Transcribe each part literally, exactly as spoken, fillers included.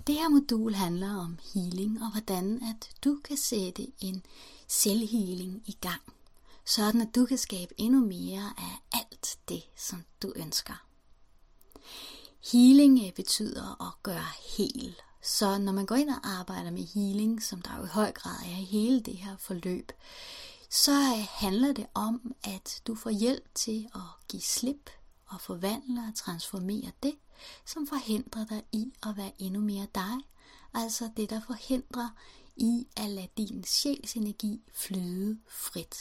Det her modul handler om healing og hvordan at du kan sætte en selvhealing i gang, sådan at du kan skabe endnu mere af alt det, som du ønsker. Healing betyder at gøre hel. Så når man går ind og arbejder med healing, som der jo i høj grad er i hele det her forløb, så handler det om, at du får hjælp til at give slip og forvandle og transformere det, som forhindrer dig i at være endnu mere dig. Altså det, der forhindrer i at lade din sjælsenergi flyde frit.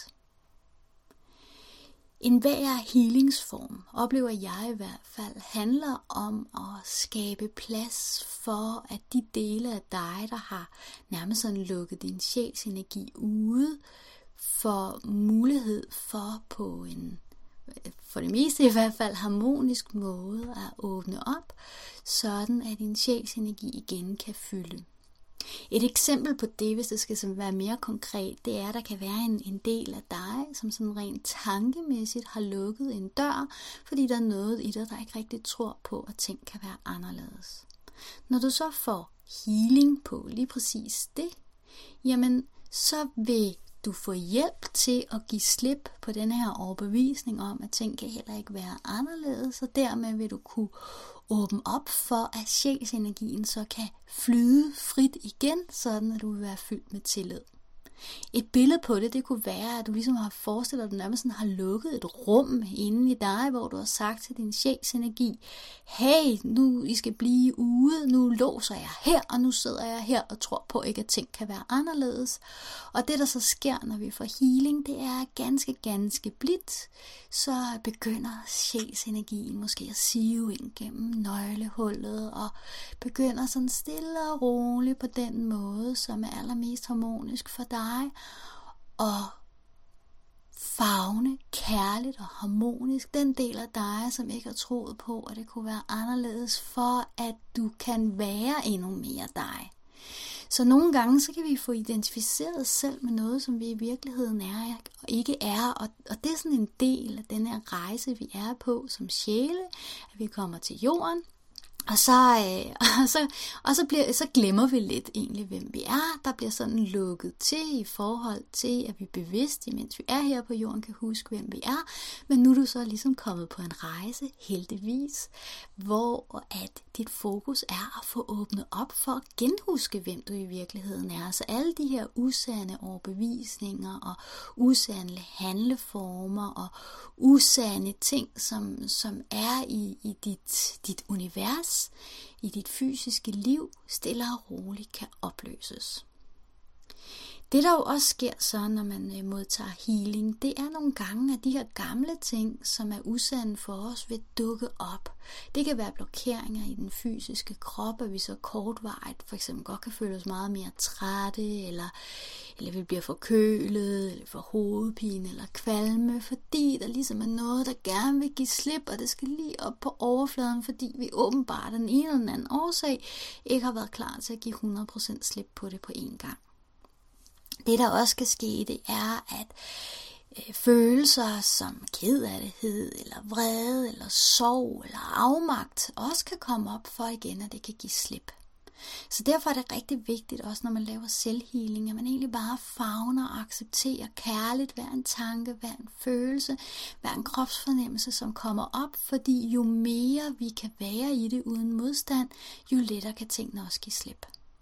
En hver healingsform, oplever jeg i hvert fald, handler om at skabe plads for, at de dele af dig, der har nærmest sådan lukket din sjælsenergi ude, får mulighed for på en, for det meste i hvert fald, harmonisk måde at åbne op, sådan at din sjælsenergi igen kan fylde. Et eksempel på det, hvis det skal være mere konkret, det er, at der kan være en, en del af dig, som sådan rent tankemæssigt har lukket en dør, fordi der er noget i dig, der ikke rigtig tror på, at ting kan være anderledes. Når du så får healing på lige præcis det, jamen så vil du får hjælp til at give slip på den her overbevisning om, at ting kan heller ikke være anderledes, og dermed vil du kunne åbne op for, at sjælsenergien så kan flyde frit igen, sådan at du vil være fyldt med tillid. Et billede på det, det kunne være, at du ligesom har forestillet dig, at du nærmest sådan har lukket et rum inde i dig, hvor du har sagt til din sjælsenergi, hey, nu I skal blive ude, nu låser jeg her, og nu sidder jeg her og tror på ikke, at ting kan være anderledes. Og det, der så sker, når vi får healing, det er ganske, ganske blidt, så begynder sjælsenergien måske at sive ind gennem nøglehullet, og begynder sådan stille og roligt på den måde, som er allermest harmonisk for dig, og favne kærligt og harmonisk den del af dig, som ikke har troet på, at det kunne være anderledes, for at du kan være endnu mere dig. Så nogle gange, så kan vi få identificeret os selv med noget, som vi i virkeligheden er og ikke er, og, og det er sådan en del af den her rejse, vi er på som sjæle, at vi kommer til jorden. Og så, øh, og, så, og så, bliver, så glemmer vi lidt egentlig, hvem vi er. Der bliver sådan lukket til i forhold til, at vi bevidst, imens vi er her på jorden, kan huske, hvem vi er. Men nu er du så ligesom kommet på en rejse, heldigvis, hvor at dit fokus er at få åbnet op for at genhuske, hvem du i virkeligheden er. Så alle de her usande overbevisninger og usande handleformer og usande ting, som, som er i, i dit, dit univers, i dit fysiske liv, stille og roligt kan opløses. Det der jo også sker så, når man modtager healing, det er nogle gange, at de her gamle ting, som er usande for os, vil dukke op. Det kan være blokeringer i den fysiske krop, at vi så kortvarigt for eksempel godt kan føle os meget mere trætte, eller, eller vi bliver forkølet, eller får hovedpine, eller kvalme, fordi der ligesom er noget, der gerne vil give slip, og det skal lige op på overfladen, fordi vi åbenbart af den ene eller den anden årsag ikke har været klar til at give hundrede procent slip på det på én gang. Det der også kan ske, det er, at øh, følelser som kederlighed, eller vrede, eller sorg, eller afmagt, også kan komme op for igen, at det kan give slip. Så derfor er det rigtig vigtigt, også når man laver selvhealing, at man egentlig bare favner og accepterer kærligt hver en tanke, hver en følelse, hver en kropsfornemmelse, som kommer op, fordi jo mere vi kan være i det uden modstand, jo lettere kan tingene også give slip.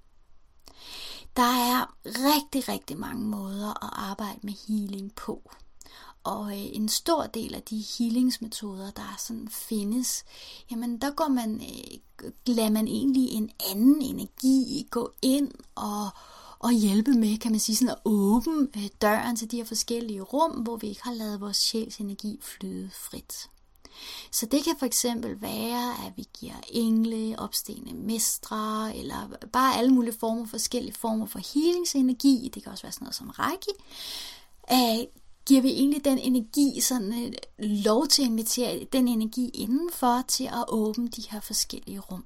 Der er rigtig, rigtig mange måder at arbejde med healing på. Og en stor del af de healingsmetoder, der sådan findes, jamen der går man, lader man egentlig en anden energi gå ind og, og hjælpe med, kan man sige, sådan at åbne døren til de her forskellige rum, hvor vi ikke har ladet vores sjælsenergi flyde frit. Så det kan for eksempel være, at vi giver engle, opstigende mestre, eller bare alle mulige former, forskellige former for healingsenergi. Det kan også være sådan noget som reiki. Uh, giver vi egentlig den energi, sådan uh, lov til at invitere den energi indenfor, til at åbne de her forskellige rum.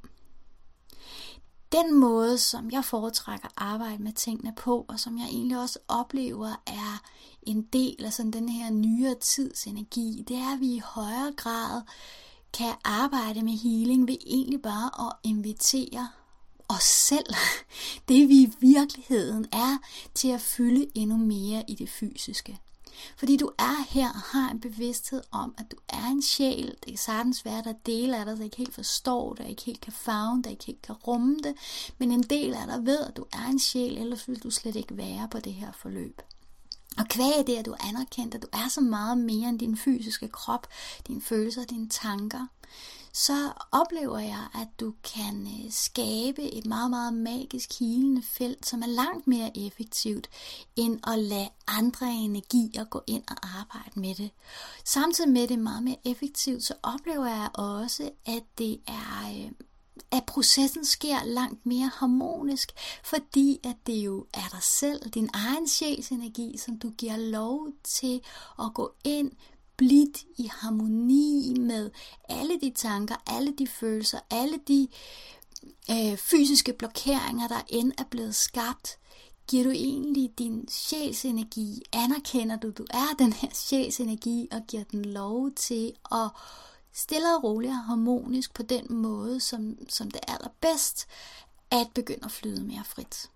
Den måde, som jeg foretrækker at arbejde med tingene på, og som jeg egentlig også oplever er en del af sådan den her nyere tids energi, det er, at vi i højere grad kan arbejde med healing ved egentlig bare at invitere os selv, det vi i virkeligheden er, til at fylde endnu mere i det fysiske. Fordi du er her og har en bevidsthed om, at du er en sjæl. Det kan sagtens være, at der er dele af dig, der ikke helt forstår, der ikke helt kan favne, der ikke helt kan rumme det. Men en del af dig ved, at du er en sjæl, ellers vil du slet ikke være på det her forløb. Og kvæg det, at du anerkender, at du er så meget mere end din fysiske krop, dine følelser og dine tanker, så oplever jeg, at du kan skabe et meget, meget magisk healende felt, som er langt mere effektivt, end at lade andre energier gå ind og arbejde med det. Samtidig med det er meget mere effektivt, så oplever jeg også, at det er... at processen sker langt mere harmonisk, fordi at det jo er dig selv, din egen sjælsenergi, som du giver lov til at gå ind blidt i harmoni med alle de tanker, alle de følelser, alle de øh, fysiske blokeringer, der end er blevet skabt. Giver du egentlig din sjælsenergi, anerkender du, du er den her sjælsenergi, og giver den lov til at stille og roligt og harmonisk på den måde, som, som det er allerbedst, at begynde at flyde mere frit.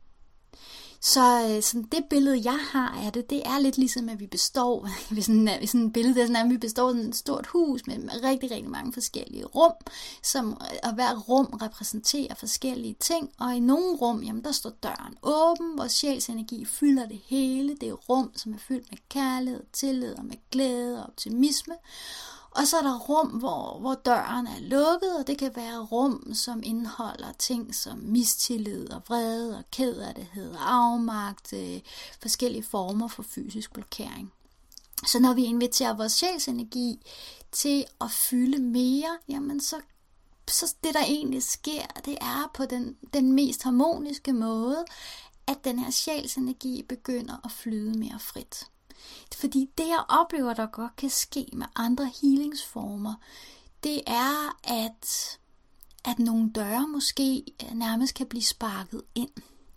Så sådan det billede, jeg har af det, det er lidt ligesom, at vi består, hvis sådan, hvis sådan et billede, det er sådan, at vi består af et stort hus med rigtig, rigtig mange forskellige rum, som, og hver rum repræsenterer forskellige ting, og i nogle rum, jamen der står døren åben, hvor sjælsenergi fylder det hele, det er rum, som er fyldt med kærlighed, tillid og med glæde og optimisme. Og så er der rum, hvor, hvor døren er lukket, og det kan være rum, som indeholder ting som mistillid og vrede og kederlighed og afmagt, øh, forskellige former for fysisk blokering. Så når vi inviterer vores sjælsenergi til at fylde mere, jamen så, så det der egentlig sker, det er på den, den mest harmoniske måde, at den her sjælsenergi begynder at flyde mere frit. Fordi det, jeg oplever, der godt kan ske med andre healingsformer, det er, at, at nogle døre måske nærmest kan blive sparket ind.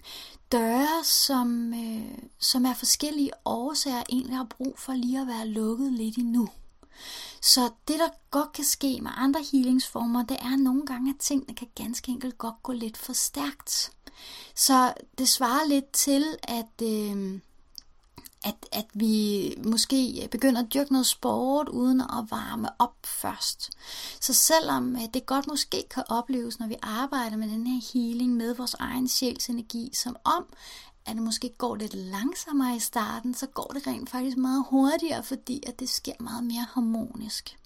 Døre, som, øh, som af forskellige årsager egentlig har brug for lige at være lukket lidt endnu. Så det, der godt kan ske med andre healingsformer, det er nogle gange, at tingene kan ganske enkelt godt gå lidt for stærkt. Så det svarer lidt til, at... Øh, At, at vi måske begynder at dyrke noget sport uden at varme op først. Så selvom det godt måske kan opleves, når vi arbejder med den her healing med vores egen sjælsenergi, som om, at det måske går lidt langsommere i starten, så går det rent faktisk meget hurtigere, fordi at det sker meget mere harmonisk.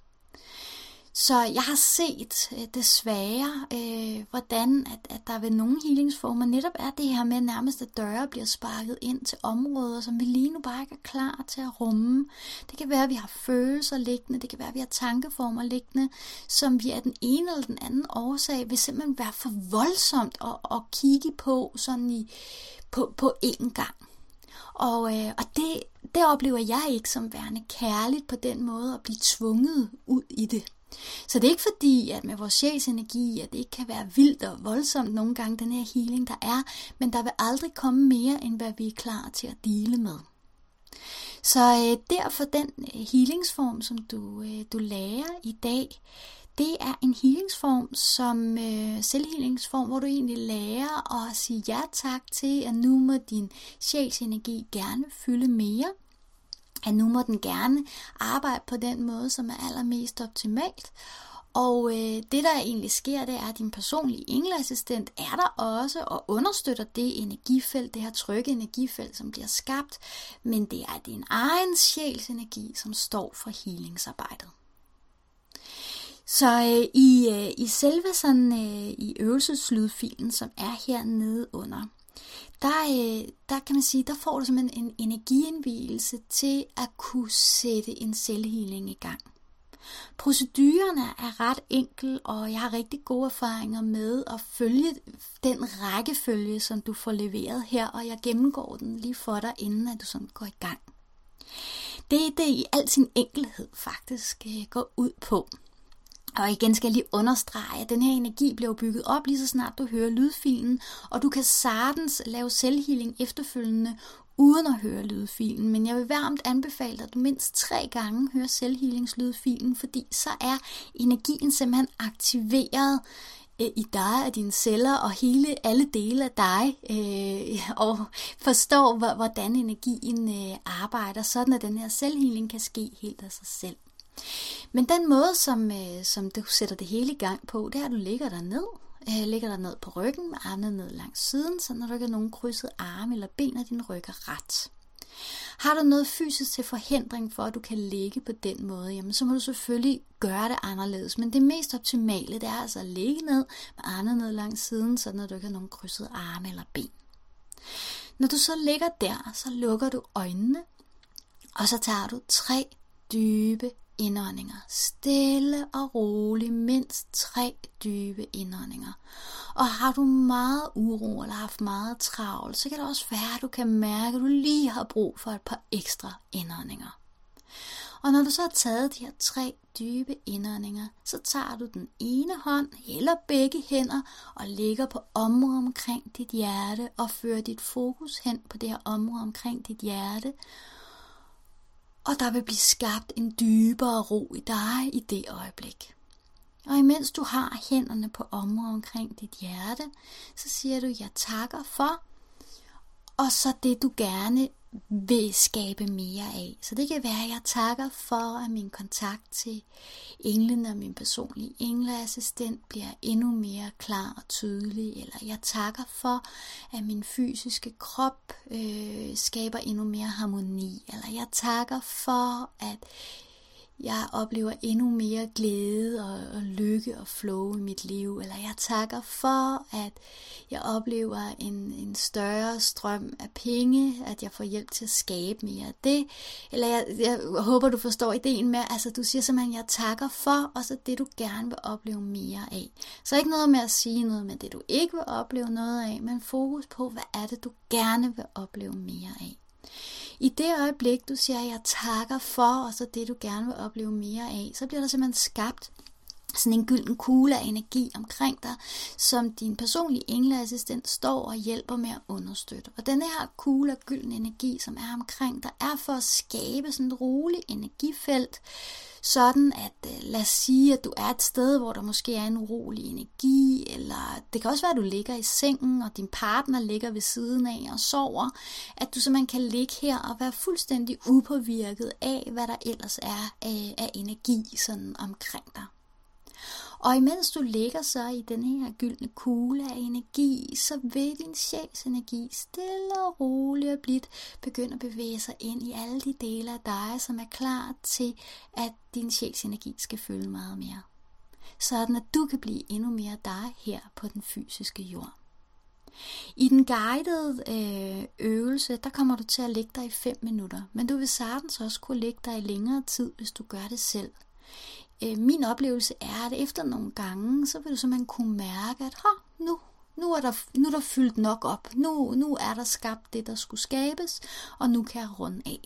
Så jeg har set øh, desværre, øh, hvordan at, at der ved nogle healingsformer netop er det her med, at nærmest at døre bliver sparket ind til områder, som vi lige nu bare ikke er klar til at rumme. Det kan være, at vi har følelser liggende, det kan være, at vi har tankeformer liggende, som vi af den ene eller den anden årsag vil simpelthen være for voldsomt at, at kigge på sådan i, på, på én gang. Og, øh, og det, det oplever jeg ikke som værende kærligt på den måde at blive tvunget ud i det. Så det er ikke fordi, at med vores sjælsenergi, at det ikke kan være vildt og voldsomt nogle gange, den her healing, der er, men der vil aldrig komme mere, end hvad vi er klar til at dele med. Så øh, derfor den healingsform, som du, øh, du lærer i dag, det er en healingsform, som øh, selvhealingsform, hvor du egentlig lærer at sige ja tak til, at nu må din sjælsenergi gerne fylde mere. At nu må den gerne arbejde på den måde, som er allermest optimalt. Og øh, det, der egentlig sker, det er, at din personlige engleassistent er der også og understøtter det energifelt, det her trygge energifelt, som bliver skabt. Men det er din egen sjælsenergi, som står for healingsarbejdet. Så øh, i, øh, i selve sådan, øh, i øvelseslydfilen, som er hernede under, Der, der kan man sige, der får du simpelthen en energiindvielse til at kunne sætte en selvhealing i gang. Procedurerne er ret enkel, og jeg har rigtig gode erfaringer med at følge den rækkefølge, som du får leveret her, og jeg gennemgår den lige for dig, inden at du sådan går i gang. Det er det i al sin enkelhed faktisk går ud på. Og igen skal jeg lige understrege, at den her energi bliver bygget op lige så snart du hører lydfilen, og du kan sagtens lave selvhealing efterfølgende uden at høre lydfilen. Men jeg vil varmt anbefale dig, at du mindst tre gange hører selvhealingslydfilen, fordi så er energien simpelthen aktiveret øh, i dig og dine celler og hele alle dele af dig, øh, og forstår, hvordan energien øh, arbejder, sådan at den her selvhealing kan ske helt af sig selv. Men den måde, som, øh, som du sætter det hele i gang på, det er, at du ligger dig ned. Øh, ligger dig ned på ryggen med armene ned langs siden, så når du ikke har nogen krydset arme eller ben, og din ryg er ret. Har du noget fysisk til forhindring for, at du kan ligge på den måde, jamen så må du selvfølgelig gøre det anderledes. Men det mest optimale, det er altså at ligge ned med armene ned langs siden, så når du ikke har nogen krydset arme eller ben. Når du så ligger der, så lukker du øjnene, og så tager du tre dybe indåndinger. Stille og roligt, mindst tre dybe indåndinger. Og har du meget uro eller haft meget travlt, så kan det også være, at du kan mærke, at du lige har brug for et par ekstra indåndinger. Og når du så har taget de her tre dybe indåndinger, så tager du den ene hånd eller begge hænder og lægger på området omkring dit hjerte og fører dit fokus hen på det her område omkring dit hjerte. Og der vil blive skabt en dybere ro i dig i det øjeblik. Og imens du har hænderne på området omkring dit hjerte, så siger du, jeg takker for, og så det du gerne vil skabe mere af. Så det kan være, at jeg takker for, at min kontakt til englen og min personlige engleassistent bliver endnu mere klar og tydelig. Eller jeg takker for, at min fysiske krop øh, skaber endnu mere harmoni. Eller jeg takker for, at jeg oplever endnu mere glæde og, og lykke og flow i mit liv. Eller jeg takker for, at jeg oplever en, en større strøm af penge, at jeg får hjælp til at skabe mere af det. Eller jeg, jeg håber, du forstår ideen med, altså du siger simpelthen, jeg takker for, og så det, du gerne vil opleve mere af. Så ikke noget med at sige noget med det, du ikke vil opleve noget af, men fokus på, hvad er det, du gerne vil opleve mere af. I det øjeblik, du siger, jeg takker for, og så det, du gerne vil opleve mere af, så bliver der simpelthen skabt sådan en gylden kugle af energi omkring dig, som din personlige engleassistent står og hjælper med at understøtte. Og den her kugle af gylden energi, som er omkring dig, er for at skabe sådan et roligt energifelt, sådan at, lad os sige, at du er et sted, hvor der måske er en urolig energi, eller det kan også være, at du ligger i sengen, og din partner ligger ved siden af og sover, at du simpelthen kan ligge her og være fuldstændig upåvirket af, hvad der ellers er af, af energi sådan omkring dig. Og imens du ligger så i den her gyldne kugle af energi, så vil din sjælsenergi stille og roligt og blidt begynde at bevæge sig ind i alle de dele af dig, som er klar til, at din sjælsenergi skal fylde meget mere. Sådan at du kan blive endnu mere dig her på den fysiske jord. I den guidede øh, øvelse, der kommer du til at ligge dig i fem minutter, men du vil sagtens også kunne ligge dig i længere tid, hvis du gør det selv. Min oplevelse er, at efter nogle gange, så vil du simpelthen kunne mærke, at nu, nu, er der, nu er der fyldt nok op. Nu, nu er der skabt det, der skulle skabes, og nu kan jeg runde af.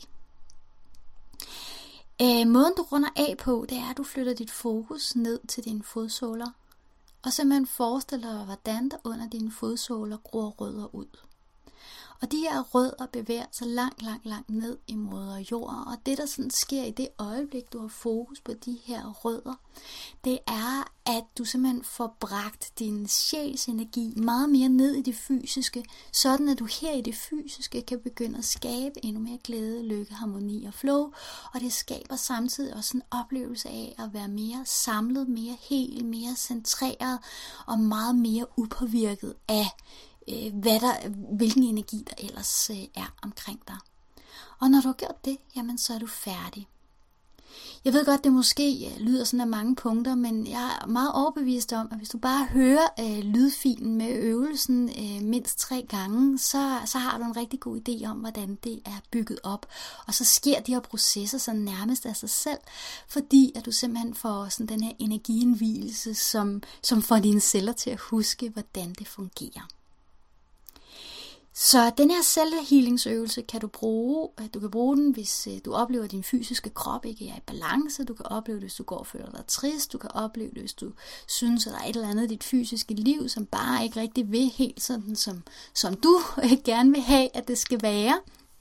Øh, måden du runder af på, det er, at du flytter dit fokus ned til dine fodsåler, og simpelthen forestiller dig, hvordan der under dine fodsåler gror rødder ud. Og de her rødder bevæger sig langt, langt, langt ned i moder jord. Og det, der sådan sker i det øjeblik, du har fokus på de her rødder, det er, at du simpelthen får bragt din sjælsenergi meget mere ned i det fysiske, sådan at du her i det fysiske kan begynde at skabe endnu mere glæde, lykke, harmoni og flow. Og det skaber samtidig også en oplevelse af at være mere samlet, mere hel, mere centreret og meget mere upåvirket af hvad der, hvilken energi der ellers er omkring dig. Og når du har gjort det, jamen så er du færdig. Jeg ved godt, det måske lyder sådan af mange punkter, men jeg er meget overbevist om, at hvis du bare hører øh, lydfilen med øvelsen øh, mindst tre gange, så, så har du en rigtig god idé om, hvordan det er bygget op. Og så sker de her processer så nærmest af sig selv, fordi at du simpelthen får sådan den her energiindvielse, som, som får dine celler til at huske, hvordan det fungerer. Så den her selvhealingsøvelse kan du bruge. Du kan bruge den, hvis du oplever, at din fysiske krop ikke er i balance. Du kan opleve det, hvis du går og føler dig trist. Du kan opleve det, hvis du synes, at der er et eller andet i dit fysiske liv, som bare ikke rigtig vil helt sådan, som, som du gerne vil have, at det skal være.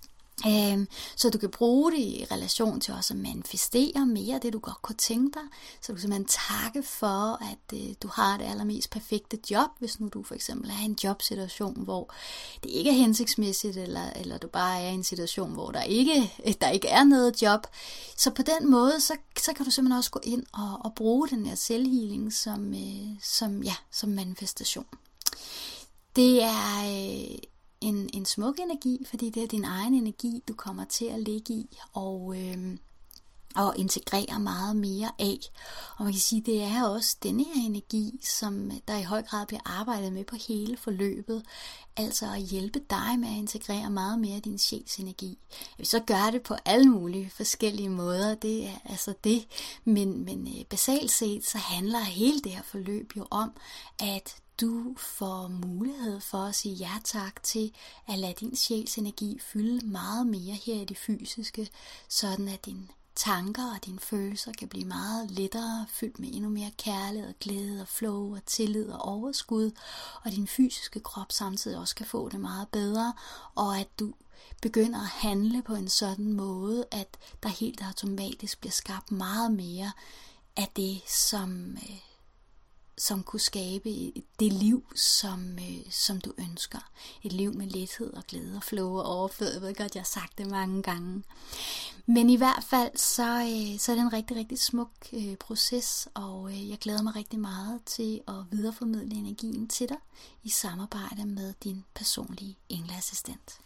Øhm, så du kan bruge det i relation til også at manifestere mere det, du godt kunne tænke dig. Så du kan simpelthen takke for, at øh, du har det allermest perfekte job, hvis nu du for eksempel er i en jobsituation, hvor det ikke er hensigtsmæssigt, eller, eller du bare er i en situation, hvor der ikke, der ikke er noget job. Så på den måde, så, så kan du simpelthen også gå ind og, og bruge den her selvhealing som, øh, som, ja, som manifestation. Det er... Øh, En, en smuk energi, fordi det er din egen energi, du kommer til at ligge i og, øh, og integrere meget mere af. Og man kan sige, det er også denne her energi, som der i høj grad bliver arbejdet med på hele forløbet. Altså at hjælpe dig med at integrere meget mere af din sjælsenergi. Vi så gør det på alle mulige forskellige måder, det er altså det. Men, men basalt set, så handler hele det her forløb jo om, at du får mulighed for at sige ja tak til at lade din sjælsenergi fylde meget mere her i det fysiske, sådan at dine tanker og dine følelser kan blive meget lettere, fyldt med endnu mere kærlighed og glæde og flow og tillid og overskud, og din fysiske krop samtidig også kan få det meget bedre, og at du begynder at handle på en sådan måde, at der helt automatisk bliver skabt meget mere af det, som... som kunne skabe det liv, som, øh, som du ønsker. Et liv med lethed og glæde og flow og overflod. Jeg ved godt, jeg har sagt det mange gange. Men i hvert fald, så, øh, så er det en rigtig, rigtig smuk øh, proces, og øh, jeg glæder mig rigtig meget til at videreformidle energien til dig i samarbejde med din personlige engleassistent.